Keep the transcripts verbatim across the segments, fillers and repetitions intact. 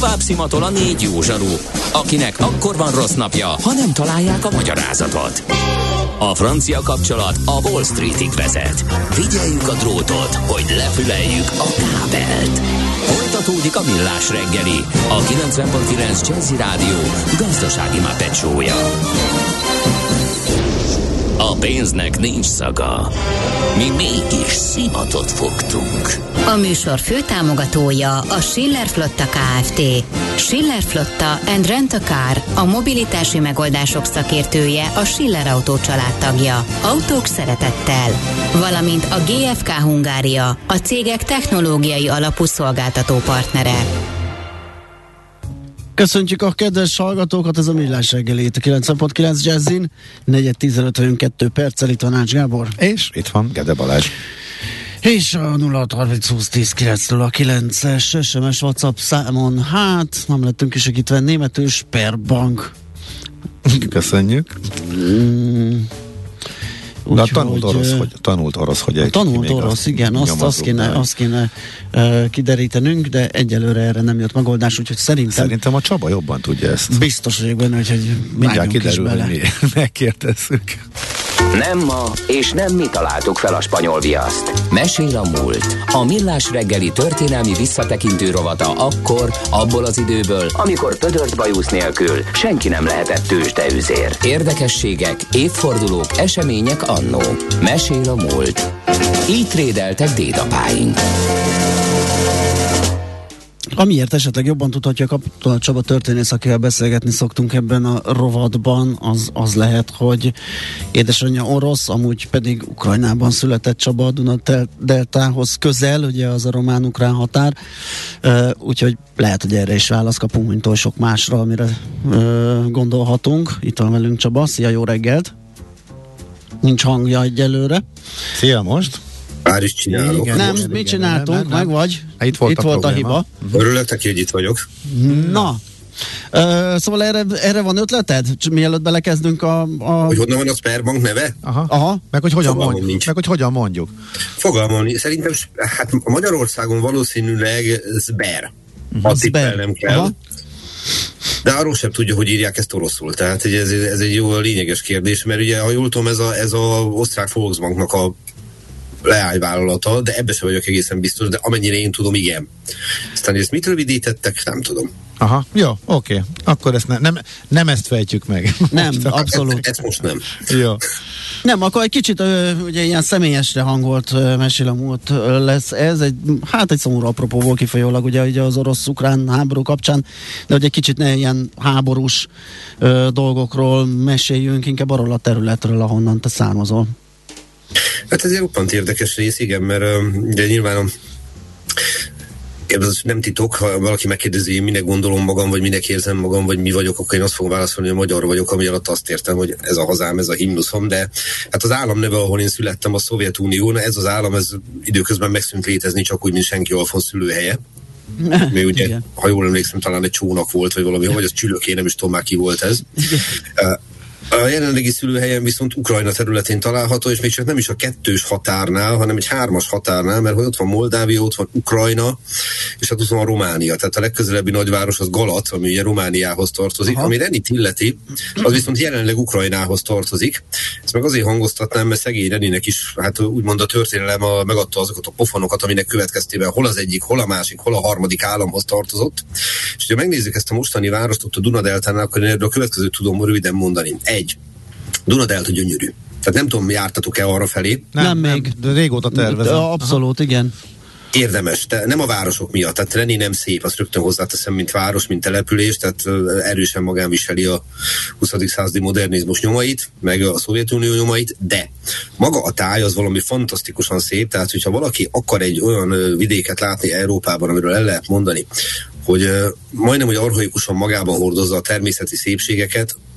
tovább szimatol a négy jó zsaru, akinek akkor van rossz napja, ha nem találják a magyarázatot. A francia kapcsolat a Wall Streetig vezet. Figyeljük a drótot, hogy lefüleljük a kábelt. Folytatódik a Millás reggeli, a kilencven pont kilenc Jazzy Rádió gazdasági Muppet show-ja. A pénznek nincs szaga. Mi mégis szimatot fogtunk. A műsor főtámogatója a Schiller Flotta Kft. Schiller Flotta and Rent a Car, a mobilitási megoldások szakértője, a Schiller Autó családtagja. Autók szeretettel. Valamint a gé ef ká Hungária, a cégek technológiai alapú szolgáltató partnere. Köszöntjük a kedves hallgatókat, ez a Millás reggeli, a kilencven pont kilenc Jazzin, negyven tizenöt vagyunk kettő perccel, itt van Ács Gábor. És itt van Gede Balázs. És a nulla hat harminc húsz tíz kilenc nulla kilences es em es WhatsApp számon, hát nem lettünk kisegítve, németül Sperrbank. Köszönjük. Mm. Úgy, de a tanult, hogy, orosz, hogy, tanult orosz, hogy egy tanult orosz, igen, azt, azt kéne, azt kéne uh, kiderítenünk, de egyelőre erre nem jött megoldás, úgyhogy szerintem... Szerintem a Csaba jobban tudja ezt. Biztos vagyok benne, hogy mindjárt kiderül, hogy mi megkérdezzük. Nem ma, és nem mi találtuk fel a spanyol viaszt. Mesél a múlt. A Millás reggeli történelmi visszatekintő rovata akkor, abból az időből, amikor pödört bajusz nélkül senki nem lehetett tőzsdeüzér. Érdekességek, évfordulók, események annó. Mesél a múlt. Így trédeltek dédapáink. Amiért esetleg jobban tudhatja Kapitóna Csaba történész, akivel beszélgetni szoktunk ebben a rovatban, az, az lehet, hogy édesanyja orosz, amúgy pedig Ukrajnában született Csaba, a Duna-deltához közel, ugye az a román-ukrán határ, uh, úgyhogy lehet, hogy erre is választ kapunk, mint oly sok másra, amire uh, gondolhatunk. Itt van velünk Csaba, szia, jó reggelt! Nincs hangja egyelőre. Szia, most! Már is csinálok. Igen, nem, igen, mit csináltunk, nem, nem, meg vagy? Itt volt, itt a, volt a hiba. Örülök neki, hogy itt vagyok. Na, uh, szóval erre, erre van ötleted? Mielőtt belekezdünk a... a... Hogy honnan van a Sperrbank neve? Aha. Aha. Meg, hogy hogyan mondjuk. Nincs. Meg hogy hogyan mondjuk. Fogalmam nincs. Szerintem hát Magyarországon valószínűleg Sber. Uh-huh. Sber. Nem kell. Aha. De arról sem tudja, hogy írják ezt oroszul. Tehát ez, ez egy jó lényeges kérdés, mert ugye, ha jól tudom, ez a, ez a osztrák Volksbanknak a leányvállalata, de ebbe sem vagyok egészen biztos, de amennyire én tudom, igen. Aztán ezt mit rövidítettek, nem tudom. Aha, jó, oké. Okay. Akkor ezt ne, nem, nem ezt fejtjük meg. Nem, most abszolút. Ezt, ezt most nem. Jó. Nem, akkor egy kicsit ö, ugye ilyen személyesre hangolt ö, mesél a múlt ö, lesz ez, egy, hát egy szomorú apropóból kifolyólag ugye, ugye az orosz-ukrán háború kapcsán, de hogy egy kicsit ne ilyen háborús ö, dolgokról meséljünk, inkább arról a területről, ahonnan te származol. Hát ez egy roppant érdekes rész, igen, mert ugye nyilván a, ez nem titok, ha valaki megkérdezi, én minek gondolom magam, vagy minek érzem magam, vagy mi vagyok, akkor én azt fogom válaszolni, hogy magyar vagyok, ami alatt azt értem, hogy ez a hazám, ez a himnuszom, de hát az állam neve, ahol én születtem, a Szovjetunió, ez az állam, ez időközben megszűnt létezni, csak úgy, mint Senki Alfonz szülőhelye. Mi ugye, igen. Ha jól emlékszem, talán egy csónak volt, vagy valami, vagy az Csülöké, nem is tudom már ki volt ez. A jelenlegi szülőhelyen viszont Ukrajna területén található, és még csak nem is a kettős határnál, hanem egy hármas határnál, mert hogy ott van Moldávia, ott van Ukrajna, és hát ott van Románia. Tehát a legközelebbi nagyváros az Galac, ami ugye Romániához tartozik. Aha. Ami Renit illeti, az viszont jelenleg Ukrajnához tartozik. Ezt meg azért hangoztatnám, mert szegény Reninek is, hát úgymond a történelem a, megadta azokat a pofonokat, aminek következtében hol az egyik, hol a másik, hol a harmadik államhoz tartozott. És ha megnézzük ezt a mostani várost ott a Duna-deltánál, akkor én erről a következőt tudom röviden mondani. Egy. Duna-delta gyönyörű. Tehát nem tudom, jártatok-e arra felé? Nem, nem még. De régóta tervezem. Abszolút, aha. Igen. Érdemes, de nem a városok miatt. Tehát Reni nem szép, azt rögtön hozzáteszem, mint város, mint település, tehát erősen magán viseli a huszadik századi modernizmus nyomait, meg a Szovjetunió nyomait, de maga a táj az valami fantasztikusan szép, tehát hogyha valaki akar egy olyan vidéket látni Európában, amiről el lehet mondani, hogy majdnem, hogy archaikusan magában hordozza a természeti szépségeket,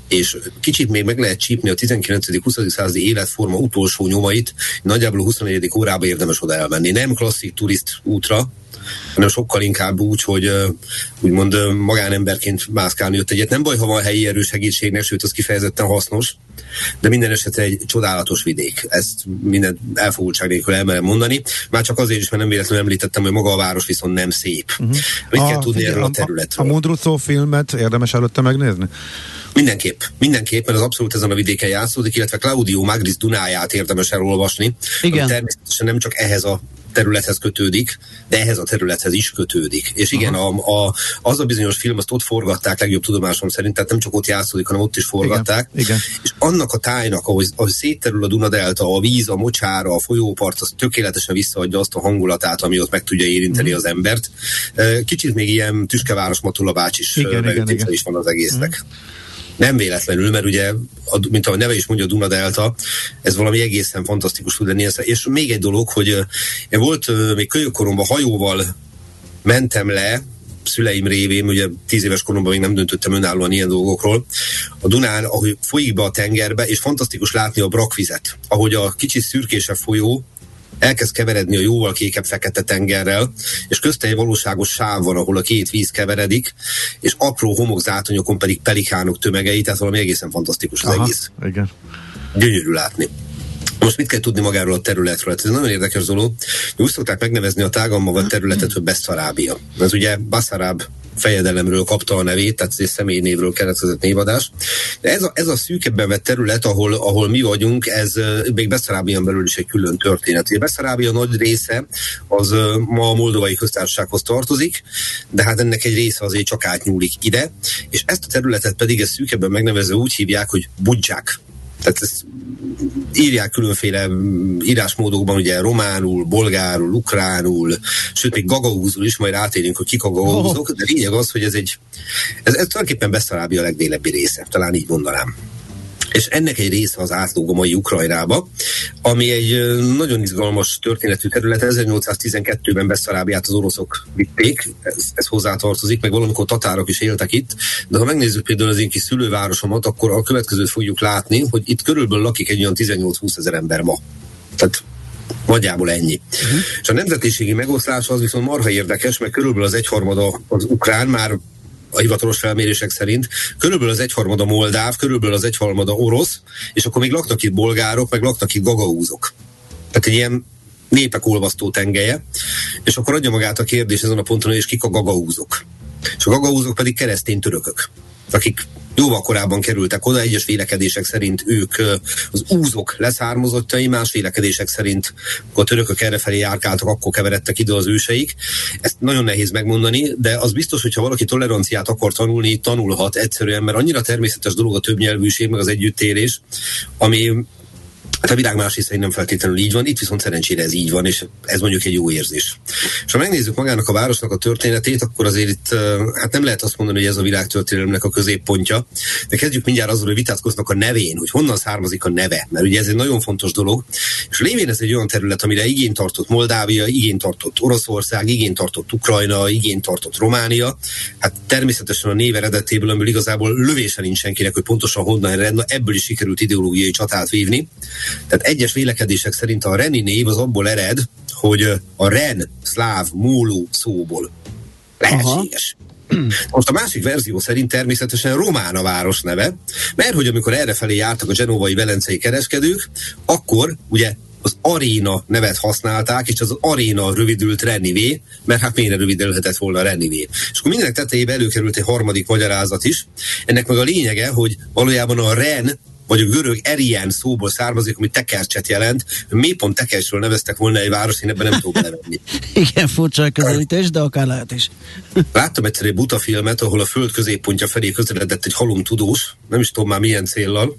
és kicsit még meg lehet csípni a tizenkilencedik-huszadik századi életforma utolsó nyomait, nagyjából a huszonegyedik órába érdemes oda elmenni. Nem klasszik turist útra, hanem sokkal inkább úgy, hogy úgymond magánemberként mászkálni jött egyet. Nem baj, ha van helyi erősegítségnek, sőt, az kifejezetten hasznos, de minden esetre egy csodálatos vidék. Ezt minden elfogultság nélkül elmerem mondani. Már csak azért is, mert nem véletlenül említettem, hogy maga a város viszont nem szép. Uh-huh. Mit a, kell tudni figyel, erről a területről? A, a Mondruczó filmet érdemes előtte megnézni? Mindenképp, mindenképp, mert az abszolút ezen a vidéken játszódik, illetve Claudio Magris Dunáját érdemes elolvasni. Igen. Természetesen nem csak ehhez a területhez kötődik, de ehhez a területhez is kötődik. És igen, a, a, az a bizonyos film, azt ott forgatták legjobb tudomásom szerint, tehát nem csak ott játszódik, hanem ott is forgatták. Igen, igen. És annak a tájnak, ahogy, ahogy szétterül a Dunadelta, a víz, a mocsára, a folyópart, az tökéletesen visszaadja azt a hangulatát, ami ott meg tudja érinteni mm. az embert. Kicsit még ilyen Tüskeváros Matula bácsis megütése is van az egésznek. Mm. Nem véletlenül, mert ugye, mint a neve is mondja, a Dunadelta, ez valami egészen fantasztikus tud lenni. És még egy dolog, hogy én volt, még kölyökkoromban hajóval mentem le, szüleim révén, ugye tíz éves koromban még nem döntöttem önállóan ilyen dolgokról, a Dunán, ahogy folyik be a tengerbe, és fantasztikus látni a brakvizet, ahogy a kicsit szürkésebb folyó elkezd keveredni a jóval kékebb fekete tengerrel, és közte egy valóságos sáv van, ahol a két víz keveredik, és apró homokzátonyokon pedig pelikánok tömegei, tehát valami egészen fantasztikus az Aha, egész. Igen. Gyönyörű látni. Most mit kell tudni magáról a területről? Ez nagyon érdekes dolog. Úgy szokták megnevezni a tágan magad területet, hogy Besszarábia. Ez ugye Baszaráb fejedelemről kapta a nevét, tehát ez személynévről keletkezett névadás. De ez a, ez a szűkebben vett terület, ahol, ahol mi vagyunk, ez még Besszarábián belül is egy külön történet. Ugye Besszarábia nagy része az ma a Moldovai Köztársasághoz tartozik, de hát ennek egy része azért csak átnyúlik ide, és ezt a területet pedig ezt szűkebben megnevező úgy hívják, hogy Budzsák. Tehát ezt írják különféle írásmódokban, ugye románul, bolgárul, ukránul, sőt még gagauzul is, majd átérünk, hogy kik a gagauzok, de lényeg az, hogy ez egy, ez, ez tulajdonképpen Besszarábia legdélebbi része, talán így mondanám. És ennek egy része az átlóg a mai Ukrajnába, ami egy nagyon izgalmas történetű terület. ezernyolcszáztizenkettőben Besszarábiát az oroszok vitték, ez, ez hozzátartozik, meg valamikor tatárok is éltek itt, de ha megnézzük például az én kis szülővárosomat, akkor a következőt fogjuk látni, hogy itt körülbelül lakik egy olyan tizennyolc-húsz ezer ember ma. Tehát nagyjából ennyi. Uh-huh. És a nemzetiségi megoszlás az viszont marha érdekes, mert körülbelül az egyharmada az ukrán, már a hivatalos felmérések szerint, körülbelül az egyharmada moldáv, körülbelül az egyharmada orosz, és akkor még laknak itt bolgárok, meg laknak itt gagauzok. Tehát egy ilyen népek olvasztó tengelye, és akkor adja magát a kérdés ezen a ponton, hogy és kik a gagauzok. És a gagauzok pedig keresztény törökök, akik jóval korábban kerültek oda, egyes vélekedések szerint ők az úzok leszármazottai, más vélekedések szerint a törökök errefelé járkáltak, akkor keveredtek ide az őseik. Ezt nagyon nehéz megmondani, de az biztos, hogyha valaki toleranciát akar tanulni, tanulhat egyszerűen, mert annyira természetes dolog a többnyelvűség, meg az együttélés, ami hát a világ más részein nem feltétlenül így van, itt viszont szerencsére ez így van, és ez mondjuk egy jó érzés. És ha megnézzük magának a városnak a történetét, akkor azért itt hát nem lehet azt mondani, hogy ez a világtörténelemnek a középpontja, de kezdjük mindjárt azzal, hogy vitatkoznak a nevén, hogy honnan származik a neve, mert ugye ez egy nagyon fontos dolog, és lévén ez egy olyan terület, amire igényt tartott Moldávia, igényt tartott Oroszország, igényt tartott Ukrajna, igényt tartott Románia, hát természetesen a név eredetéből, amiből igazából lövése nincs senkinek, hogy pontosan honnan ered, ebből is sikerült ideológiai csatát vívni. Tehát egyes vélekedések szerint a reni név az abból ered, hogy a ren, szláv, móló szóból lehetséges. Most a másik verzió szerint természetesen román a város neve, mert hogy amikor errefelé jártak a genovai velencei kereskedők, akkor ugye az aréna nevet használták, és az aréna rövidült Renivé, mert hát miért rövidülhetett volna Renivé. És akkor mindenek tetejébe előkerült egy harmadik magyarázat is. Ennek meg a lényege, hogy valójában a ren vagy a görög erien szóból származik, ami tekercset jelent. Miért pont tekercsről neveztek volna egy város, én ebben nem tudok belevenni. Igen, furcsa a közelítés, de akár lehet is. Láttam egyszer egy buta filmet, ahol a föld középpontja felé közeledett egy halom tudós, nem is tudom már milyen céllal,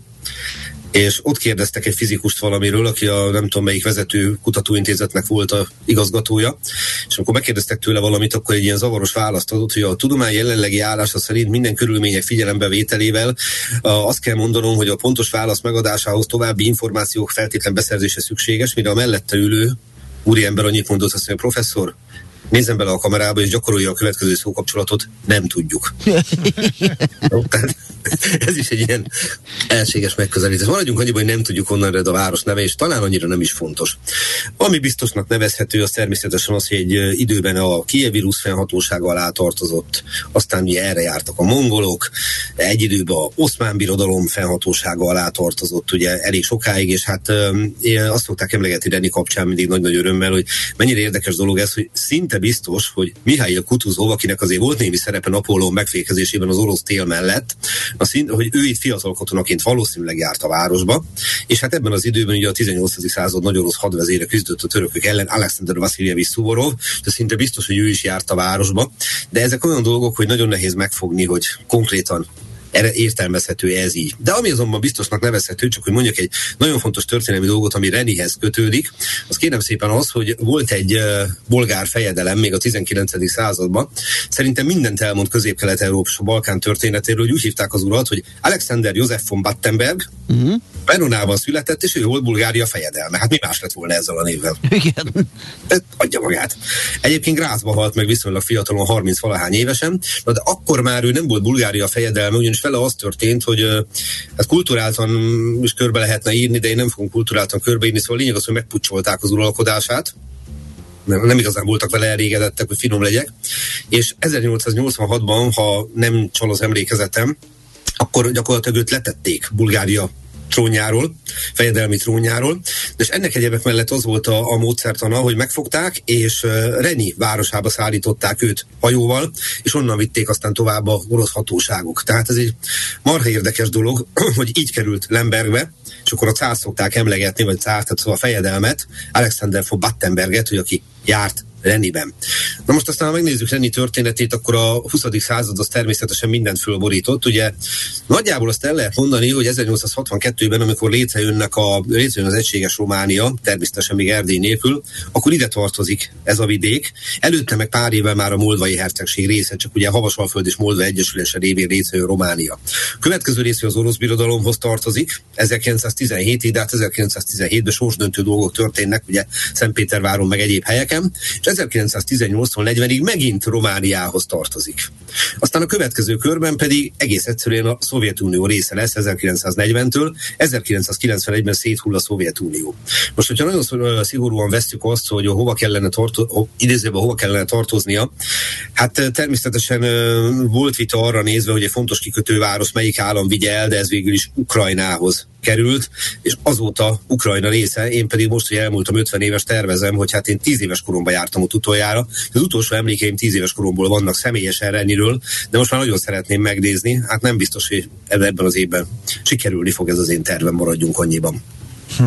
és ott kérdeztek egy fizikust valamiről, aki a nem tudom melyik vezető kutatóintézetnek volt a igazgatója, és amikor megkérdeztek tőle valamit, akkor egy ilyen zavaros választ adott, hogy a tudomány jelenlegi állása szerint minden körülmények figyelembevételével azt kell mondanom, hogy a pontos válasz megadásához további információk feltétlen beszerzése szükséges, mire a mellette ülő úriember annyit mondott, azt mondja, professzor, nézzem bele a kamerába, és gyakorolja a következő szókapcsolatot, nem tudjuk. Tehát Ez is egy ilyen elséges megközelítés. Maradjunk annyiban, hogy nem tudjuk honnan ered a város neve, és talán annyira nem is fontos. Ami biztosnak nevezhető, az természetesen az, hogy egy időben a kijevi rusz fennhatósága alá tartozott, aztán ugye erre jártak a mongolok, egy időben a oszmán birodalom fennhatósága alá tartozott ugye elég sokáig, és hát e, azt szokták emlegetni Reni kapcsán mindig nagy-nagy örömmel, hogy mennyire érdekes dolog ez, hogy szinte biztos, hogy Mihail Kutuzov, akinek azért volt némi szerepe Napóleon megfékezésében az orosz tél mellett, szint, hogy ő itt fiatal katonaként valószínűleg járt a városba, és hát ebben az időben ugye a tizennyolcadik század nagy orosz hadvezére küzdött a törökök ellen, Alexander Vasiljevich Szuvorov, de szinte biztos, hogy ő is járt a városba, de ezek olyan dolgok, hogy nagyon nehéz megfogni, hogy konkrétan értelmezhető ez így. De ami azonban biztosnak nevezhető, csak hogy mondjak egy nagyon fontos történelmi dolgot, ami Renihez kötődik, az kérem szépen az, hogy volt egy uh, bolgár fejedelem még a tizenkilencedik században. Szerintem mindent elmond Közép-Kelet-Európa és a Balkán történetéről, hogy úgy hívták az urat, hogy Alexander József von Battenberg, uh-huh. Veronában született, és ő volt Bulgária fejedelme. Hát mi más lett volna ezzel a névvel? Igen. De adja magát. Egyébként Grazba halt meg viszonylag fiatalon, harminc-valahány évesen, de akkor már ő nem volt Bulgária fejedelme, ugyanis vele az történt, hogy hát kulturáltan is körbe lehetne írni, de én nem fogom kulturáltan körbeírni, szóval a lényeg az, hogy megpucsolták az uralkodását, nem igazán voltak vele elégedettek, hogy finom legyek, és ezernyolcszáznyolcvanhatban, ha nem csal az emlékezetem, akkor gyakorlatilag őt letették Bulgária trónjáról, fejedelmi trónjáról, és ennek egyebek mellett az volt a, a módszertana, hogy megfogták, és uh, Reni városába szállították őt hajóval, és onnan vitték aztán tovább a orosz hatóságok. Tehát ez egy marha érdekes dolog, hogy így került Lembergbe, és akkor a cár szokták emlegetni, vagy cár, tehát szóval a fejedelmet, Alexander von Battenberget, hogy aki járt Reniben. Na most aztán, ha megnézzük Reni történetét, akkor a huszadik század az természetesen mindent fölborított. Ugye nagyjából azt el lehet mondani, hogy ezernyolcszázhatvankettőben, amikor létrejönnek a, létrejön az egységes Románia, természetesen még Erdély nélkül, akkor ide tartozik ez a vidék. Előtte meg pár évvel már a Moldvai hercegség része, csak ugye Havasalföld és Moldva egyesülése révén létrejön Románia. Következő része az orosz birodalomhoz tartozik, ezerkilencszáztizenhétig, de hát ezerkilencszáztizenhétben sorsdöntő dolgok történnek, ugye Szentpéterváron meg egyéb helyeken, és ezerkilencszáztizennyolctól negyvenig megint Romániához tartozik. Aztán a következő körben pedig egész egyszerűen a Szovjetunió része lesz ezerkilencszáznegyventől, ezerkilencszázkilencvenegyben széthull a Szovjetunió. Most, hogyha nagyon szigorúan vesszük azt, hogy hova kellene, tarto- idézőben hova kellene tartoznia, hát természetesen volt vita arra nézve, hogy egy fontos kikötőváros melyik állam vigye el, de ez végül is Ukrajnához került, és azóta Ukrajna része, én pedig most, hogy elmúltam ötven éves, tervezem, hogy hát én tíz éves koromban jártam ott utoljára. Az utolsó emlékeim tíz éves koromból vannak személyesen Reniről, de most már nagyon szeretném megnézni, hát nem biztos, hogy ebben az évben sikerülni fog ez az én tervem, maradjunk annyiban. Hm.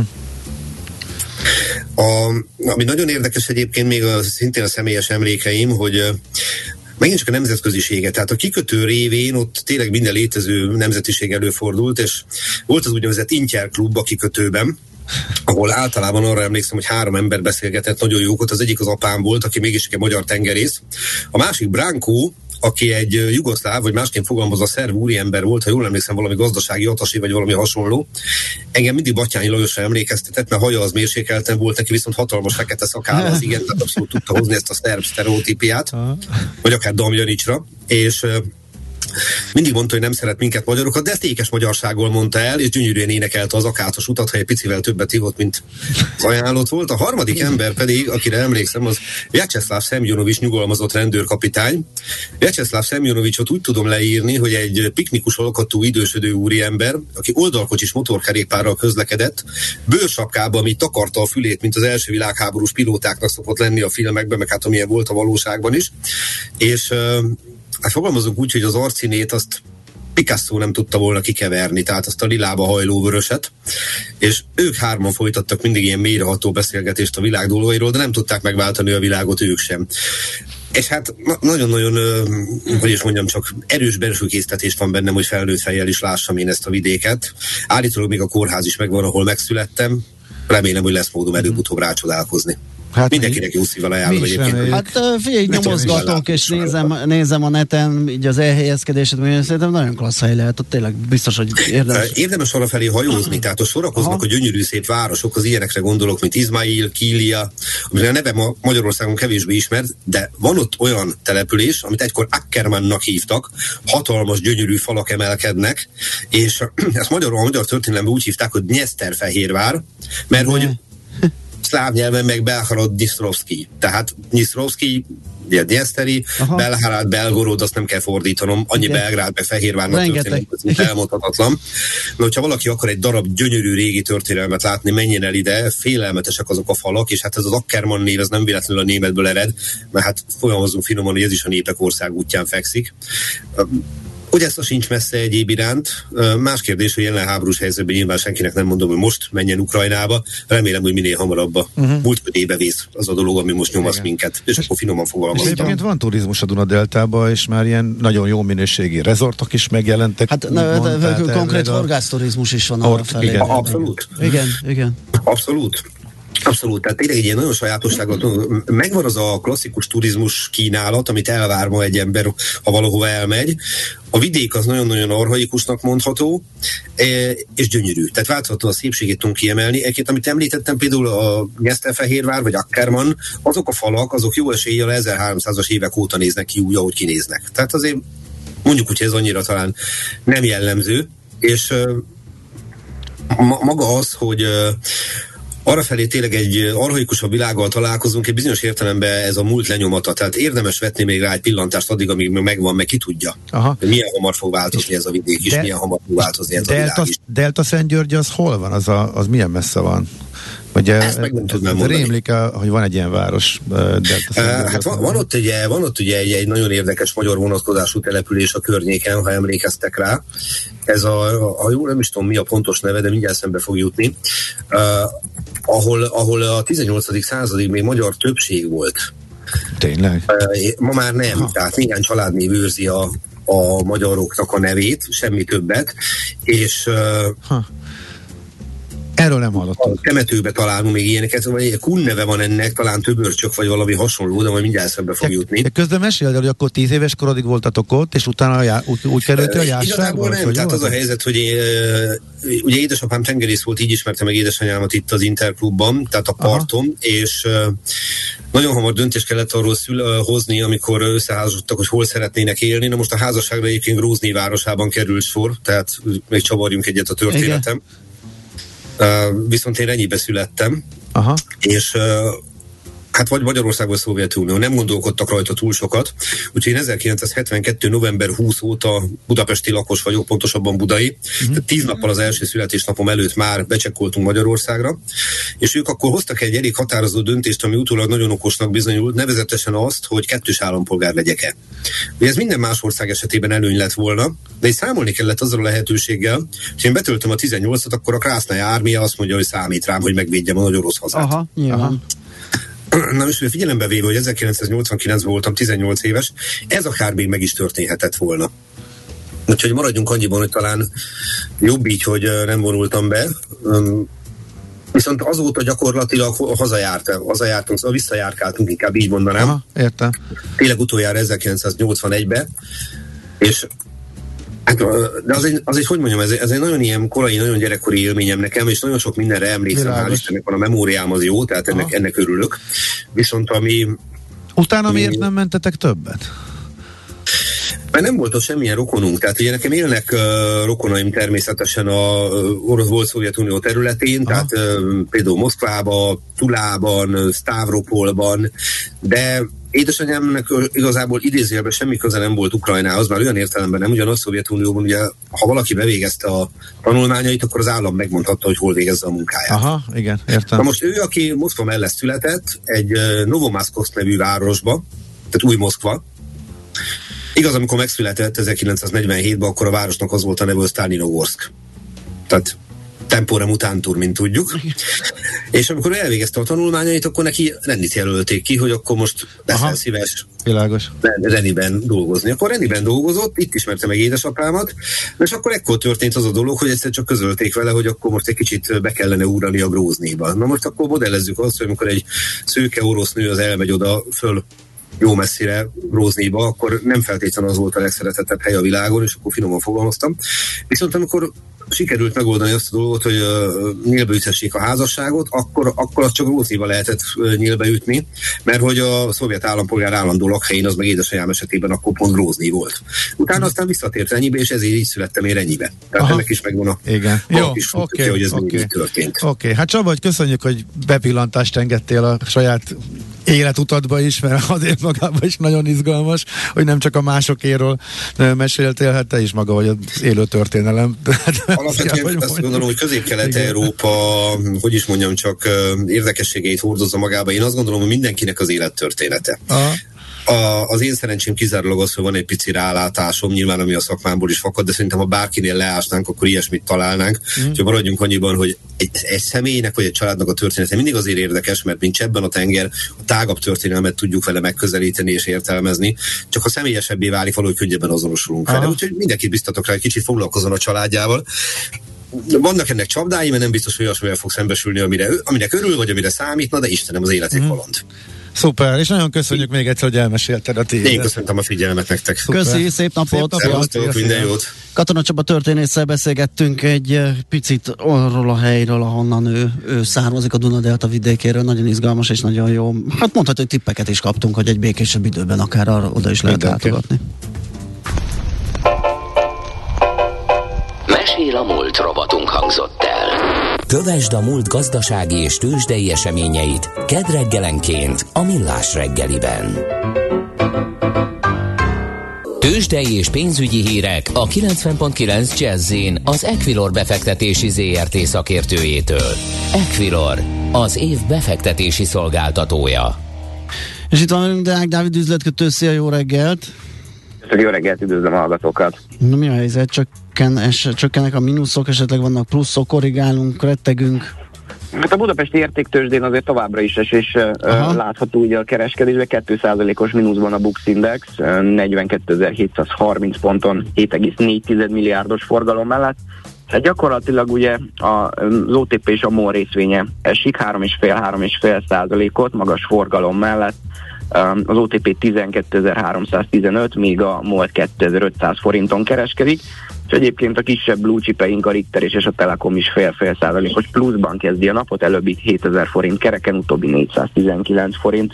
A, ami nagyon érdekes egyébként még a, szintén a személyes emlékeim, hogy megint csak a nemzetköziséget, tehát a kikötő révén ott tényleg minden létező nemzetiség előfordult, és volt az úgynevezett Intyer klub a kikötőben, ahol általában arra emlékszem, hogy három ember beszélgetett nagyon jókat, az egyik az apám volt, aki mégis egy magyar tengerész, a másik Branko, aki egy jugoszláv, vagy másként fogalmazva szerb úriember volt, ha jól emlékszem, valami gazdasági atasi, vagy valami hasonló. Engem mindig Batthyány Lajosra emlékeztetett, mert haja az mérsékelten volt, neki viszont hatalmas fekete szakálla, az igen, tehát abszolút tudta hozni ezt a szerb sztereotípiát, vagy akár Damjanicsra, és mindig mondta, hogy nem szeret minket magyarokat, de ezt ékes magyarsággal mondta el, és gyönyörűen énekelte az akátos utat, ha egy picivel többet ivott, mint az ajánlott volt. A harmadik ember pedig, akire emlékszem, az Vyacheslav Szemjonovics nyugalmazott rendőrkapitány. Vyacheslav Szemjonovicsot úgy tudom leírni, hogy egy piknikus alkatú idősödő úriember, aki oldalkocsis motorkerékpárral közlekedett, bőrsapkában, ami takarta a fülét, mint az első világháborús pilótáknak szokott lenni a filmekben, meg hát amilyen volt a valóságban is. És hát fogalmazunk úgy, hogy az arcszínét azt Picasso nem tudta volna kikeverni, tehát azt a lilába hajló vöröset, és ők hárman folytattak mindig ilyen mélyreható beszélgetést a világ dolgairól, de nem tudták megváltani a világot ők sem. És hát nagyon-nagyon, hogy is mondjam, csak erős belső késztetés van bennem, hogy felnőtt fejjel is lássam én ezt a vidéket. Állítólag még a kórház is megvan, ahol megszülettem. Remélem, hogy lesz módom előbb-utóbb rácsodálkozni. Hát mindenkinek jó szívvel ajánlom egyébként. Hát figyelj, nyomozgatok és nézem, nézem a neten így az elhelyezkedéset, mert szerintem nagyon klassz hely lehet, ott tényleg biztos, hogy érdemes. Érdemes arra felé hajózni, tehát ott sorakoznak Aha. a gyönyörű szép városok, az ilyenekre gondolok, mint Izmail, Kília, aminek a neve ma Magyarországon kevésbé ismert, de van ott olyan település, amit egykor Ackermannnak hívtak, hatalmas gyönyörű falak emelkednek, és ezt magyarul a magyar történelemben úgy hívták, hogy Dnyeszterfehérvár, mert hogy szláv nyelven meg Belharad Dnisztrovszki. Tehát Dnisztrovszki, ugye Dnyeszteri, Belharad, Belgorod, azt nem kell fordítanom, annyi okay. Belgrád meg Fehérvárnak történik, ez elmondhatatlan. Na, hogyha valaki akar egy darab gyönyörű régi történelmet látni, menjen el ide, félelmetesek azok a falak, és hát ez az Ackermann név, ez nem véletlenül a németből ered, mert hát folyamozunk finoman, hogy ez is a népek ország útján fekszik. Hogy ezt a sincs messze egyéb iránt. Más kérdés, hogy jelen háborús helyzetben nyilván senkinek nem mondom, hogy most menjen Ukrajnába. Remélem, hogy minél hamarabb a uh-huh. múlt éve vész az a dolog, ami most nyomasz Igen. minket. És, és akkor finoman fogalmaztam. És egyébként van turizmus a Duna-deltába, és már ilyen nagyon jó minőségi rezortok is megjelentek. Hát ne, konkrét horgászturizmus is van arra felé. Igen. Abszolút. Igen, igen. Abszolút. Abszolút, tehát tényleg egy ilyen nagyon sajátosságot. Megvan az a klasszikus turizmus kínálat, amit elvár ma egy ember, ha valahova elmegy. A vidék az nagyon-nagyon archaikusnak mondható, és gyönyörű. Tehát változható a szépségét tudunk kiemelni. Egyébként, amit említettem, például a Dnyeszterfehérvár vagy Ackermann, azok a falak, azok jó eséllyel ezerháromszázas évek óta néznek ki úgy, ahogy kinéznek. Tehát azért mondjuk, hogy ez annyira talán nem jellemző, és ma- maga az, hogy arrafelé tényleg egy archaikusabb világgal találkozunk, egy bizonyos értelemben ez a múlt lenyomata, tehát érdemes vetni még rá egy pillantást addig, amíg megvan, meg ki tudja, Aha. hogy milyen hamar fog változni ez a vidék is, de, milyen hamar fog változni ez Delta, a világ is. Delta Szentgyörgy az hol van? Az, a, az milyen messze van? Ugye, Ezt meg nem tudnám mondani. Rémlik, hogy van egy ilyen város. Uh, hát van, van, ott ugye, van ott ugye egy, egy nagyon érdekes magyar vonatkozású település a környéken, ha emlékeztek rá. Ez a, ha jól nem is tudom mi a pontos neve, de mindjárt szembe fog jutni. Uh, ahol, ahol a tizennyolcadik századig még magyar többség volt. Tényleg? Uh, ma már nem, ha. Tehát néhány családnév őrzi a, a magyaroknak a nevét, semmi többet, és uh, ha. Erről nem hallottam. A temetőbe találunk még ilyeneket, vagy Kun neve van ennek, talán töbörcsök, vagy valami hasonló, de majd mindjárt szembe fog jutni. De közben meséld el, hogy akkor tíz éves korodig voltatok ott, és utána já, úgy, úgy kerültél a járságba? Igazából nem, tehát az a helyzet, hogy én, ugye édesapám tengerész volt, így ismertem meg édesanyámat itt az Interklubban, tehát a parton, Aha. és nagyon hamar döntést kellett arról szül, hozni, amikor összeházasodtak, hogy hol szeretnének élni. Na most a házasságra egyébként Grózni városában került sor, tehát még csavarjunk egyet a történetem. Igen. Uh, viszont én ennyibe születtem, Aha. és uh, hát vagy Magyarország vagy Szovjetunió, nem gondolkodtak rajta túl sokat, úgyhogy én ezerkilencszázhetvenkettő november huszadika óta budapesti lakos vagyok, pontosabban budai, uh-huh. tehát tíz nappal az első születésnapom előtt már becsekkoltunk Magyarországra, és ők akkor hoztak egy elég határozó döntést, ami utólag nagyon okosnak bizonyult, nevezetesen azt, hogy kettős állampolgár legyek-e. Ugye ez minden más ország esetében előny lett volna, de így számolni kellett azzal a lehetőséggel, hogy én betöltöm a tizennyolcat, akkor a Krásznaya Ármia azt mondja, hogy számít rám, hogy megvédjem a nagy orosz hazát. Aha, nyilván. Na és figyelembe véve, hogy ezerkilencszáznyolcvankilencben voltam tizennyolc éves, ez akár még meg is történhetett volna. Úgyhogy maradjunk annyiban, hogy talán jobb így, hogy nem vonultam be. Viszont azóta gyakorlatilag hazajártam, hazajártunk, szóval visszajárkáltunk, inkább így mondanám. Aha, értem. Tényleg utoljára ezerkilencszáznyolcvanegyben, és de az egy, az egy, hogy mondjam, ez, ez egy nagyon ilyen korai, nagyon gyerekkori élményem nekem, és nagyon sok mindenre emlékszem, hál' Istennek van a memóriám az jó, tehát ennek, ennek örülök. Viszont ami... Utána miért nem mentetek többet? Mert nem volt ott semmilyen rokonunk, tehát ugye nekem élnek uh, rokonaim természetesen a uh, orosz volt Szovjetunió területén, Aha. tehát uh, például Moszkvában, Tulában, Stavropolban, de édesanyámnak igazából idézőjelben semmi köze nem volt Ukrajnához, már olyan értelemben nem, ugyanaz Szovjetunióban, ugye, ha valaki bevégezte a tanulmányait, akkor az állam megmondhatta, hogy hol végezze a munkáját. Aha, igen, értem. Na most ő, aki Moszkva mellett született, egy uh, Novomaszkovszk nevű városba, tehát új Moszkva. Igaz, amikor megszületett ezerkilencszáznegyvenhétben, akkor a városnak az volt a neve, hogy Sztálinogorszk. Tehát tempora mutantur, mint tudjuk. És amikor elvégezte a tanulmányait, akkor neki Renit jelölték ki, hogy akkor most leszel szíves világos. Reniben dolgozni. Akkor Reniben dolgozott, itt ismerte meg édesapámat, és akkor ekkor történt az a dolog, hogy egyszer csak közölték vele, hogy akkor most egy kicsit be kellene ugrani a Gróznéba. Na most akkor modellezzük azt, hogy amikor egy szőke orosz nő az elmegy oda föl jó messzire Gróznéba, akkor nem feltétlenül az volt a legszeretettebb hely a világon, és akkor finoman fogalmaztam. Viszont amikor sikerült megoldani azt a dolgot, hogy uh, nyílbe üthessék a házasságot, akkor, akkor azt csak Gróznéba lehetett uh, nyílbe ütni, mert hogy a szovjet állampolgár állandó lakhelyén az meg édesanyám esetében akkor pont Grózni volt. Utána aztán visszatért Renyibe, és ezért így születtem én Renyibe. Tehát Aha. ennek is megvan a Igen. Jó, is okay, futja, hogy ez okay. mindig történt. Oké, okay. Hát Csaba, hogy köszönjük, hogy bepillantást engedtél a saját életutatba is, mert azért magában is nagyon izgalmas, hogy nem csak a másokéről meséltél, hát te is maga vagy az élő történelem. Alapvetően azt gondolom, hogy Közép-Kelet-Európa, hogy is mondjam, csak érdekességeit hordozza magába. Én azt gondolom, hogy mindenkinek az élettörténete. Aha. A, az én szerencsém kizárólag az, hogy van egy pici rálátásom, nyilván ami a szakmámból is fakad, de szerintem ha bárkinél leásnánk, akkor ilyesmit találnánk. Mm. Úgyhogy maradjunk annyiban, hogy egy, egy személynek vagy egy családnak a története mindig azért érdekes, mert nincs ebben a tenger, a tágabb történelmet tudjuk vele megközelíteni és értelmezni, csak ha személyesebbé válik, valahogy könnyebben azonosulunk vele. Úgyhogy mindenkit biztatok rá, hogy kicsit foglalkozzon a családjával. Vannak ennek csapdái, mert nem biztos, hogy olyasmivel fog szembesülni, amire, aminek örül, vagy amire számítna, de Istenem, az élet egy kaland. Szuper, és nagyon köszönjük még egyszer, hogy elmesélted a tiédet. Én köszöntöm a figyelmet nektek. Szuper. Köszi, szép napot! Szép napot, napot minden jót! Katona Csaba történésszel beszélgettünk egy picit arról a helyről, ahonnan ő, ő származik, a Duna-delta vidékéről, nagyon izgalmas és nagyon jó. Hát mondhatod, hogy tippeket is kaptunk, hogy egy békésebb időben akár arra, oda is lehet látogatni. Mesél a múlt robotunk hangzott el. Kövesd a múlt gazdasági és tőzsdei eseményeit kedd reggelenként a Millás reggeliben. Tőzsdei és pénzügyi hírek a kilencven pont kilenc Jazz-in az Equilor befektetési zé er té szakértőjétől. Equilor, az év befektetési szolgáltatója. És itt van velünk Deák Dávid üzletkötő, szia, jó reggelt! Jó reggelt, üdvözlöm a hallgatókat! Na mi a helyzet? Csökken, es, csökkenek a mínuszok, esetleg vannak pluszok, korrigálunk, rettegünk? Hát a budapesti értéktőzsdén azért továbbra is esés uh, látható ugye a kereskedésben, két százalékos mínuszban a Bux Index, uh, negyvenkétezer-hétszázharminc ponton hét egész négy milliárdos forgalom mellett. Tehát gyakorlatilag ugye az o té pé és a MOL részvénye esik három egész öt-három egész öt százalékot magas forgalom mellett. Az o té pé tizenkétezer-háromszáztizenöt, míg a MOL kétezer-ötszáz forinton kereskedik, és egyébként a kisebb blue chipeink, a Richter és a Telekom is fél-fél százalékos pluszban kezdi a napot, előbbi hétezer forint kereken, utóbbi négyszáztizenkilenc forint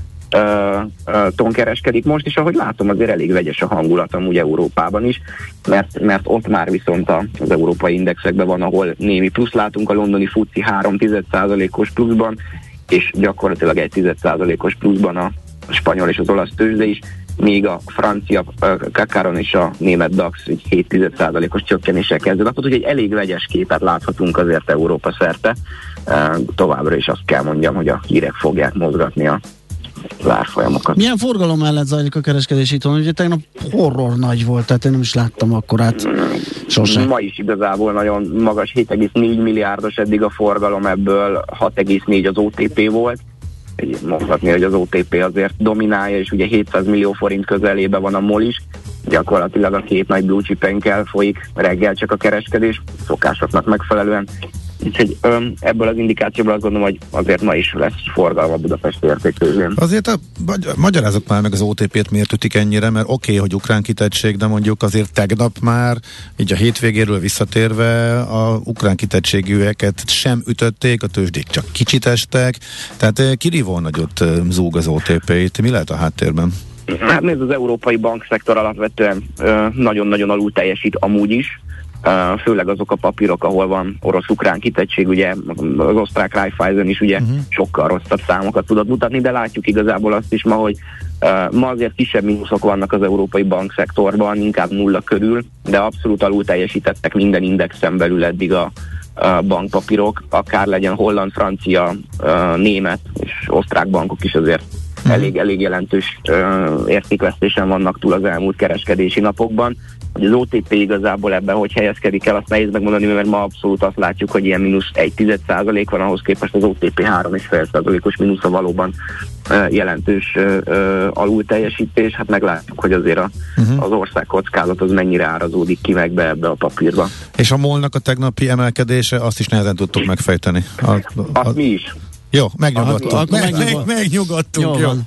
uh, uh, ton kereskedik most, és ahogy látom, azért elég vegyes a hangulat amúgy Európában is, mert, mert ott már viszont az európai indexekben van, ahol némi plusz látunk, a londoni fuci három egész egy százalékos pluszban, és gyakorlatilag egy tized százalékos pluszban a spanyol és az olasz tőzsde is, míg a francia Kakaron és a német DAX hét egész egy százalékos csökkenéssel kezdő napot, úgyhogy egy elég vegyes képet láthatunk azért Európa szerte. Továbbra is azt kell mondjam, hogy a hírek fogják mozgatni a árfolyamokat. Milyen forgalom mellett zajlik a kereskedés itthon? Ugye tegnap horror nagy volt, tehát én nem is láttam akkorát sosem. Ma is igazából nagyon magas, hét egész négy milliárdos eddig a forgalom, ebből hat egész négy az o té pé volt. Mondhatni, hogy az o té pé azért dominálja, és ugye hétszáz millió forint közelébe van a MOL is. Gyakorlatilag a két nagy blue chipenkkel folyik reggel csak a kereskedés, szokásoknak megfelelően. Úgyhogy ebből az indikációból azt gondolom, hogy azért ma is lesz forgalma a Budapest értéktőzsdén. Azért a, magyarázok már meg az o té pét miért ütik ennyire, mert oké, okay, hogy ukrán kitettség, de mondjuk azért tegnap már, így a hétvégéről visszatérve a ukrán kitettségűeket sem ütötték, a tőzsdék csak kicsit estek, tehát kirívó nagyot zúg az o té pé. Mi lehet a háttérben? Hát nézd, az európai bankszektor alapvetően nagyon-nagyon alul teljesít amúgy is, Uh, főleg azok a papírok, ahol van orosz-ukrán kitettség, ugye az osztrák Raiffeisen is ugye uh-huh. sokkal rosszabb számokat tudott mutatni, de látjuk igazából azt is ma, hogy uh, ma azért kisebb mínuszok vannak az európai bankszektorban, inkább nulla körül, de abszolút alul teljesítettek minden indexen belül eddig a, a bankpapírok, akár legyen holland, francia, uh, német és osztrák bankok is azért uh-huh. elég, elég jelentős uh, értékvesztésen vannak túl az elmúlt kereskedési napokban. hogy az o té pé igazából ebben hogy helyezkedik el, azt nehéz megmondani, mert ma abszolút azt látjuk, hogy ilyen mínusz egy tized százalék van, ahhoz képest az o té pé három egész öt százalékos mínusza valóban uh, jelentős uh, uh, alulteljesítés. Hát meglátjuk, hogy azért a, uh-huh. az ország kockázat az mennyire árazódik ki meg be ebbe a papírba. És a MOL-nak a tegnapi emelkedése, azt is nehezen tudtuk megfejteni. A, a, azt mi is. Jó, megnyugodtunk. Ah, meg, megnyugod... meg, megnyugodtunk. Jó. Jó.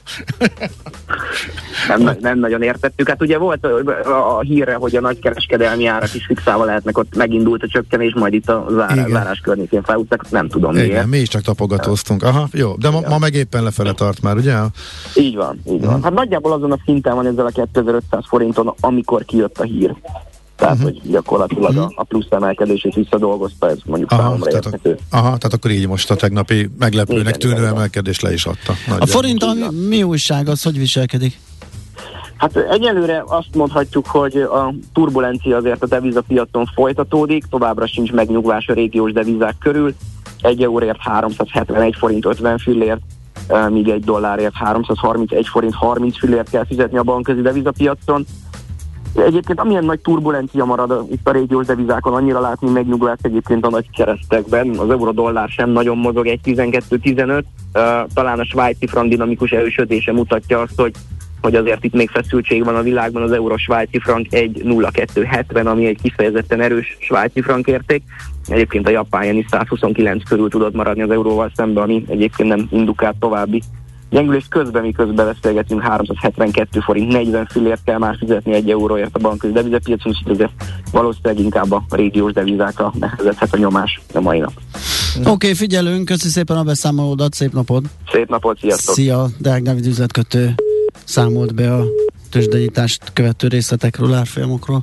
Nem, nem nagyon értettük. Hát ugye volt a, a hírre, hogy a nagykereskedelmi árak is fixálva lehetnek, ott megindult a csökkenés, majd itt a zár, zárás környékén felúzták, nem tudom igen, miért. Mi is csak tapogatóztunk. Aha, jó, de ma, ma meg éppen lefele tart már, ugye? Így van, így van. Hát nagyjából azon a szinten van ezzel a kétezer-ötszáz forinton, amikor kijött a hír. Tehát, uh-huh. hogy gyakorlatilag uh-huh. a plusz emelkedését visszadolgozta, ez mondjuk aha, számomra tehát érthető. A, aha, tehát akkor így most a tegnapi meglepőnek igen, tűnő igen, emelkedés le is adta. A forinttal mi, mi újság, az hogy viselkedik? Hát egyelőre azt mondhatjuk, hogy a turbulencia azért a devizapiacon folytatódik, továbbra sincs megnyugvás a régiós devizák körül. Egy euróért háromszázhetvenegy forint ötven fillért, míg egy dollárért háromszázharmincegy forint harminc fillért kell fizetni a bankközi devizapiacon. Egyébként amilyen nagy turbulencia marad a, itt a régiós devizákon, annyira látni megnyugvást egyébként a nagy keresztekben. Az euró-dollár sem nagyon mozog, egy tizenkettő tizenöt. Uh, talán a svájci frank dinamikus erősödése mutatja azt, hogy, hogy azért itt még feszültség van a világban. Az euró-svájci frank egy nulla kettő hetven, ami egy kifejezetten erős svájci frank érték. Egyébként a japán jen is százhuszonkilenc körül tudott maradni az euróval szemben, ami egyébként nem indukált további gyengülés közben, miközben beszélgetünk, háromszázhetvenkettő forint negyven fillért kell már fizetni egy euróért a bankközi devizapiacon, és ezért valószínűleg inkább a régiós devizákra nehezedhet a nyomás a mai nap. Oké, okay, figyelünk, köszi szépen a beszámolódat, szép napot! Szép napot, sziasztok! Szia, Deák Dávid üzletkötő számolt be a tőzsdeinyitást követő részletekről, árfolyamokról.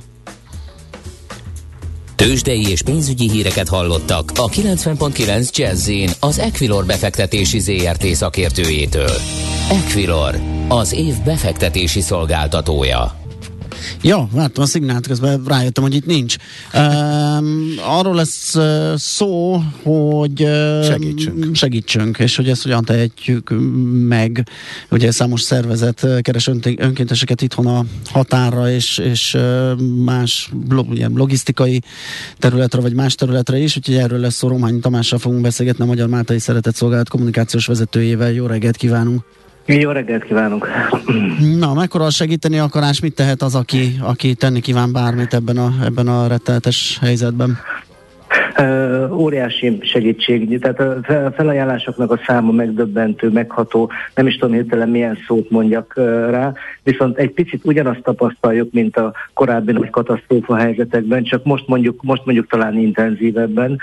Tőzsdei és pénzügyi híreket hallottak a kilencven pont kilenc Jazz-in az Equilor befektetési zé er té szakértőjétől. Equilor, az év befektetési szolgáltatója. Ja, vártam a szignált, közben rájöttem, hogy itt nincs. Um, arról lesz uh, szó, hogy uh, segítsünk. segítsünk, és hogy ezt hogyan tehetjük meg. Ugye számos szervezet keres önkénteseket itthon a határra, és, és uh, más log, logisztikai területre, vagy más területre is, úgyhogy erről lesz szó. Rományi Tamással fogunk beszélgetni, a Magyar Máltai Szeretett Szolgálat kommunikációs vezetőjével. Jó reggelt kívánunk! Jó reggelt kívánunk! Na, mekkora a segíteni akarás, mit tehet az, aki, aki tenni kíván bármit ebben a, ebben a rettenetes helyzetben? Uh, óriási segítség, tehát a felajánlásoknak a száma megdöbbentő, megható, nem is tudom hirtelen milyen szót mondjak uh, rá, viszont egy picit ugyanazt tapasztaljuk, mint a korábbi nagy katasztrófa helyzetekben, csak most mondjuk, most mondjuk talán intenzívebben.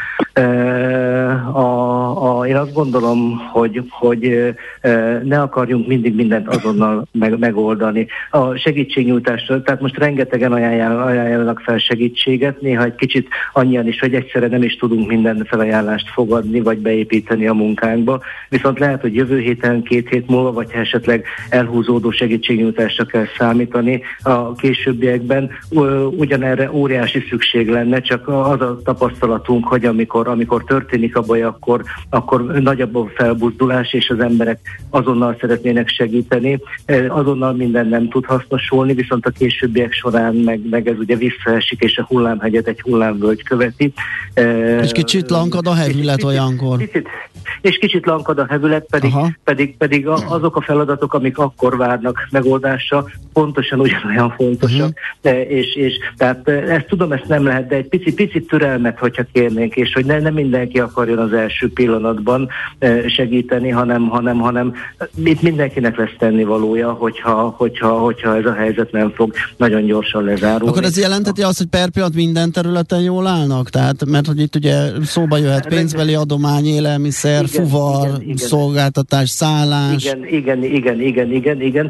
Uh, a, a, én azt gondolom, hogy, hogy uh, ne akarjunk mindig mindent azonnal meg, megoldani. A segítségnyújtásra, tehát most rengetegen ajánljanak fel segítséget, néha egy kicsit annyian is, hogy egyszerre nem is tudunk minden felajánlást fogadni, vagy beépíteni a munkánkba. Viszont lehet, hogy jövő héten, két hét múlva, vagy esetleg elhúzódó segítségnyújtásra kell számítani a későbbiekben. Ugyanerre óriási szükség lenne, csak az a tapasztalatunk, hogy amikor, amikor történik a baj, akkor, akkor nagyobb a felbuzdulás, és az emberek azonnal szeretnének segíteni. Azonnal minden nem tud hasznosulni, viszont a későbbiek során meg, meg ez ugye visszaesik, és a hullámhegyet egy hullámvölgy követi. És kicsit lankad a hevület és olyankor. Kicsit, és kicsit lankad a hevület, pedig, pedig, pedig azok a feladatok, amik akkor várnak megoldásra, pontosan ugyanolyan fontosak. Uh-huh. És, és tehát ezt tudom, ezt nem lehet, de egy picit, picit türelmet, hogyha kérnénk, és hogy ne, nem mindenki akarjon az első pillanatban segíteni, hanem, hanem, hanem itt mindenkinek lesz tennivalója, hogyha, hogyha, hogyha ez a helyzet nem fog nagyon gyorsan lezárulni. Akkor ez jelenteti azt, hogy per pillanat minden területen jól állnak? Tehát, mert hogy itt ugye szóba jöhet pénzbeli adomány, élelmiszer, igen, fuvar, igen, igen. szolgáltatás, szállás. Igen, igen, igen, igen, igen, igen.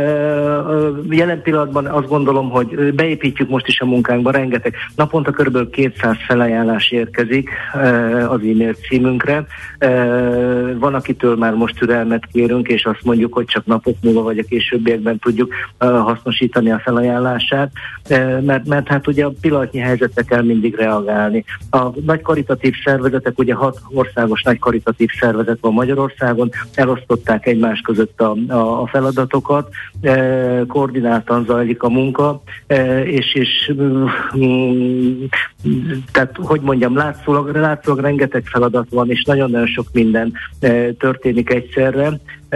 Jelen pillanatban azt gondolom, hogy beépítjük most is a munkánkba rengeteg. Naponta körülbelül kétszáz felajánlás érkezik az e-mail címünkre, időre. Van, akitől már most türelmet kérünk, és azt mondjuk, hogy csak napok múlva vagy a későbbiekben tudjuk hasznosítani a felajánlását, mert, mert hát ugye a pillanatnyi helyzetre kell mindig reagálni. A nagy karitatív szervezetek, ugye hat országos nagy karitatív szervezet van Magyarországon, elosztották egymás között a, a, a feladatokat, koordináltan zajlik a munka, és, és tehát, hogy mondjam, látszólag, látszólag rengeteg feladat van, és nagyon-nagyon sok minden történik egyszerre,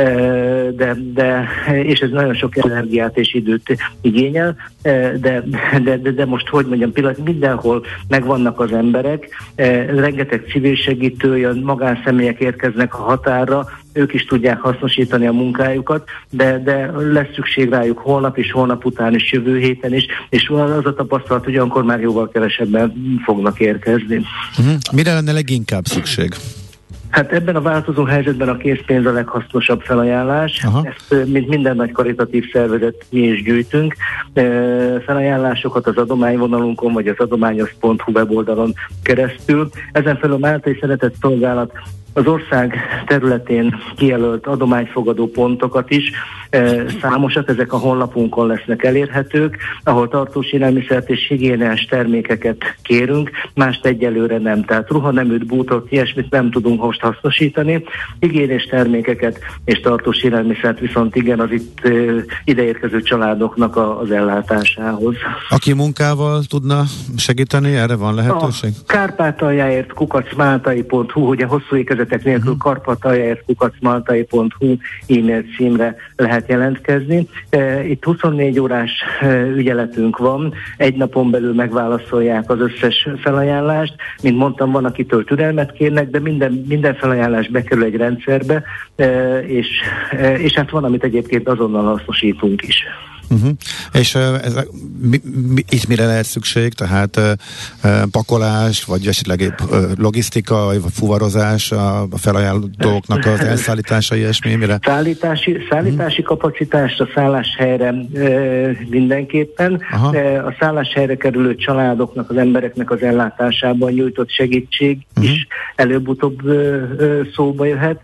de, de, és ez nagyon sok energiát és időt igényel, de, de, de, de most, hogy mondjam, pillanat, mindenhol megvannak az emberek, rengeteg civil segítő, jön, magánszemélyek érkeznek a határra, ők is tudják hasznosítani a munkájukat, de, de lesz szükség rájuk holnap is, holnap után is, jövő héten is, és az a tapasztalat, hogy akkor már jóval kevesebben fognak érkezni. Uh-huh. Mire lenne leginkább szükség? Hát ebben a változó helyzetben a készpénz a leghasznosabb felajánlás. Aha. Ezt, mint minden nagy karitatív szervezet, mi is gyűjtünk. Felajánlásokat az adományvonalunkon, vagy az adományos pont hu weboldalon keresztül. Ezen felül a Máltai Szeretett Szolgálat az ország területén kijelölt adományfogadó pontokat is, számosat, ezek a honlapunkon lesznek elérhetők, ahol tartós élelmiszert és higiéniás termékeket kérünk, mást egyelőre nem, tehát ruhaneműt, bútot, ilyesmit nem tudunk most hasznosítani, higiéniás termékeket és tartós élelmiszert viszont igen, az itt ideérkező családoknak a, az ellátásához. Aki munkával tudna segíteni, erre van lehetőség? A Kárpátaljáért kukacmáltai pont hu, ugye hosszú ékezetek nélkül uh-huh. Kárpátaljáért kukacmáltai pont hu e-mail címre lehet jelentkezni. Itt huszonnégy órás ügyeletünk van, egy napon belül megválaszolják az összes felajánlást. Mint mondtam, van, akitől türelmet kérnek, de minden, minden felajánlás bekerül egy rendszerbe, és, és hát van, amit egyébként azonnal hasznosítunk is. Uh-huh. És uh, ez, mi, mi, itt mire lehet szükség? Tehát uh, pakolás, vagy esetleg uh, logisztika, vagy fuvarozás, a, a felajánlóknak az elszállítása, ilyesmi, mire? Szállítási, szállítási uh-huh. kapacitás a szálláshelyre uh, mindenképpen. Uh, a szálláshelyre kerülő családoknak, az embereknek az ellátásában nyújtott segítség uh-huh. is előbb-utóbb uh, szóba jöhet.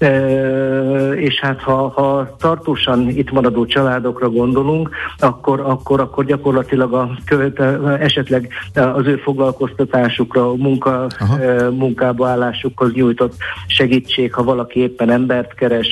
Uh, és hát ha, ha tartósan itt maradó családokra gondolunk, akkor, akkor, akkor gyakorlatilag a követ, esetleg az ő foglalkoztatásukra, a munka, uh, munkába állásukhoz nyújtott segítség, ha valaki éppen embert keres,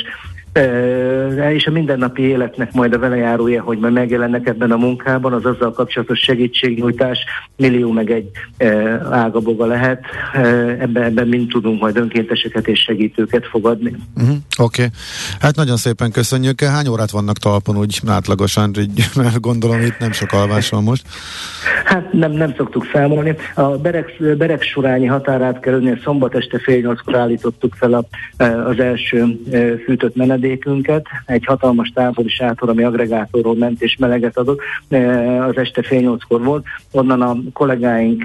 Uh, és a mindennapi életnek majd a velejárója, hogy majd megjelennek ebben a munkában, az azzal kapcsolatos segítségnyújtás millió meg egy uh, ágaboga lehet. Uh, ebben, ebben mind tudunk majd önkénteseket és segítőket fogadni. Uh-huh. Oké. Okay. Hát nagyon szépen köszönjük. Hány órát vannak talpon úgy átlagosan? Mert gondolom itt nem sok alvás van most. Hát nem, nem szoktuk számolni. A Bereg, Beregsurányi határátkelőnél szombat este fél nyolckor állítottuk fel a, az első fűtött menedékünket. Egy hatalmas távoli sátor, ami agregátorról ment és meleget adott. Az este fél nyolckor volt. Onnan a kollégáink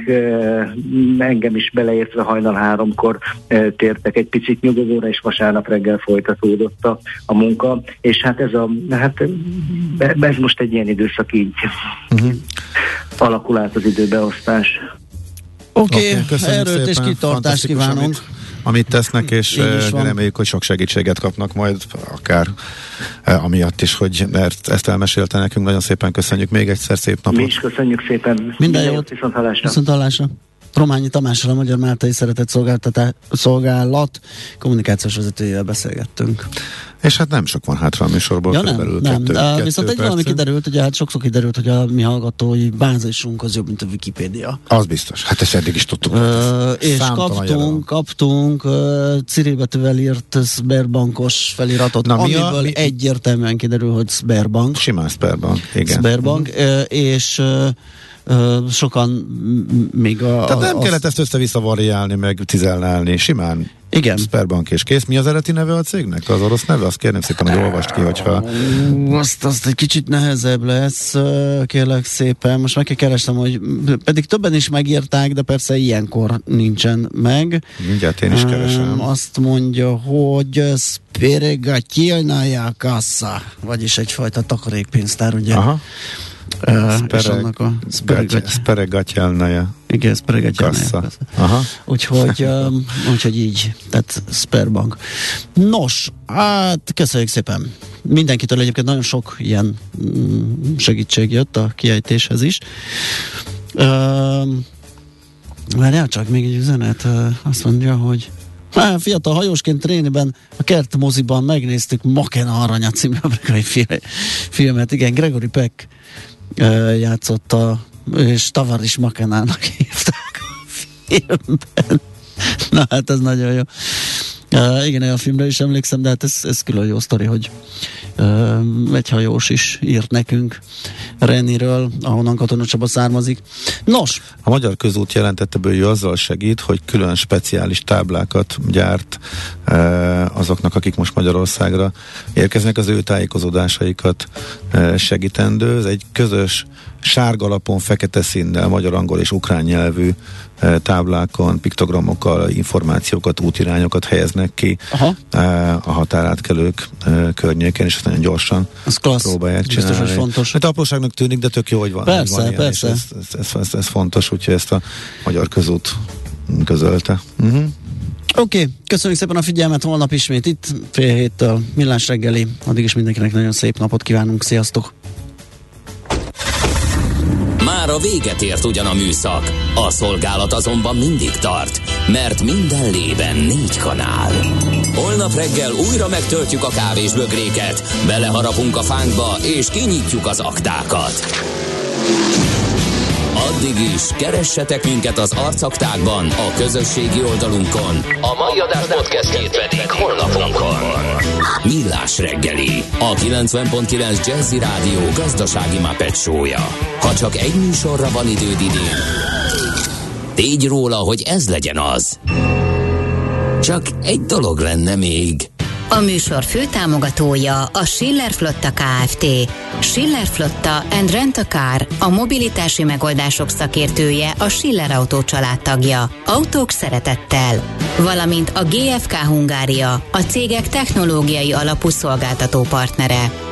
engem is beleértve hajnal háromkor tértek egy picit nyugovóra, és vasárnap reggel folytatódott a, a munka. És hát ez a hát ez most egy ilyen időszak így uh-huh. alakul át az időbeosztás. Oké, okay, okay, erőt és kitartást kívánunk. Amit, amit tesznek, és reméljük, hogy sok segítséget kapnak majd, akár eh, amiatt is, hogy mert ezt elmesélte nekünk. Nagyon szépen köszönjük még egyszer, szép napot. Mi is köszönjük szépen. Minden, Minden jót. Viszont hallásra. Viszont hallásra. Rományi Tamással, a Magyar Máltai Szeretett Szolgálat kommunikációs vezetőjével beszélgettünk. És hát nem sok van hátra a műsorból. Ja, nem, nem. Kettő, uh, kettő viszont egy valami kiderült, ugye hát sokszor kiderült, hogy a mi hallgatói bázisunk az jobb, mint a Wikipédia. Az biztos. Hát ezt eddig is tudtuk. Uh, és kaptunk, kaptunk uh, cirilbetűvel írt Sberbankos feliratot, na, amiből a, mi... egyértelműen kiderül, hogy Sberbank. Simán Sberbank, igen. Sberbank, uh-huh. uh, és uh, Uh, sokan még a... Tehát nem az... kellett ezt össze-vissza variálni, meg cizellálni, simán. Igen. Sberbank és kész. Mi az eredeti neve a cégnek? Az orosz neve? Azt kérném szépen, hogy olvast ki, hogyha... Azt, azt egy kicsit nehezebb lesz, kérlek szépen. Most meg kell keresnem, hogy pedig többen is megírták, de persze ilyenkor nincsen meg. Mindjárt én is keresem. Um, azt mondja, hogy Sperega Kielnaya Kassa, vagyis egyfajta takarékpénztár, ugye? Aha. Uh, és annak a Speregatjelnaja. Igen, Speregatjelnaja. Úgyhogy, um, úgyhogy így, tehát Sperbank. Nos, hát köszönjük szépen. Mindenkitől egyébként nagyon sok ilyen mm, segítség jött a kiejtéshez is. Um, Várjál csak, még egy üzenet, uh, azt mondja, hogy Há, fiatal hajósként tréniben a kertmoziban megnéztük Makena Aranya című amerikai filmet. Igen, Gregory Peck uh, játszotta, és Tavares Makenának hívták a filmben. Na hát ez nagyon jó. Uh, igen, a filmre is emlékszem, de hát ez, ez külön jó sztori, hogy uh, egy hajós is írt nekünk Reniről, ahonnan Katona Csaba származik. Nos! A Magyar Közút jelentette be, hogy azzal segít, hogy külön speciális táblákat gyárt uh, azoknak, akik most Magyarországra érkeznek, az ő tájékozódásaikat uh, segítendő. Ez egy közös sárga alapon, fekete színnel, magyar, angol és ukrán nyelvű táblákon, piktogramokkal, információkat, útirányokat helyeznek ki Aha. a határátkelők környéken, és azt nagyon gyorsan próbálják csinálni. Biztos, hogy fontos. Hát apróságnak tűnik, de tök jó, hogy van. Persze, van ilyen, persze. Ez, ez, ez, ez, ez fontos, úgyhogy ezt a Magyar Közút közölte. Uh-huh. Oké, okay, köszönjük szépen a figyelmet, holnap ismét itt, fél héttől Millás reggeli, addig is mindenkinek nagyon szép napot kívánunk, sziasztok! Már a véget ért ugyan a műszak, a szolgálat azonban mindig tart, mert minden lében négy kanál. Holnap reggel újra megtöltjük a kávésbögréket, beleharapunk a fánkba és kinyitjuk az aktákat. Addig is keressetek minket az arcaktákban, a közösségi oldalunkon. A mai adás podcastjét pedig holnapunkon. Millás reggeli, a kilencven pont kilenc Jazzy Rádió gazdasági Muppet show-ja. Ha csak egy műsorra van időd idén, tégy róla, hogy ez legyen az. Csak egy dolog lenne még. A műsor főtámogatója a Schiller Flotta Kft. Schiller Flotta and Rent a Car, a mobilitási megoldások szakértője, a Schiller Autó családtagja. Autók szeretettel. Valamint a gé ef ká Hungária, a cégek technológiai alapú szolgáltató partnere.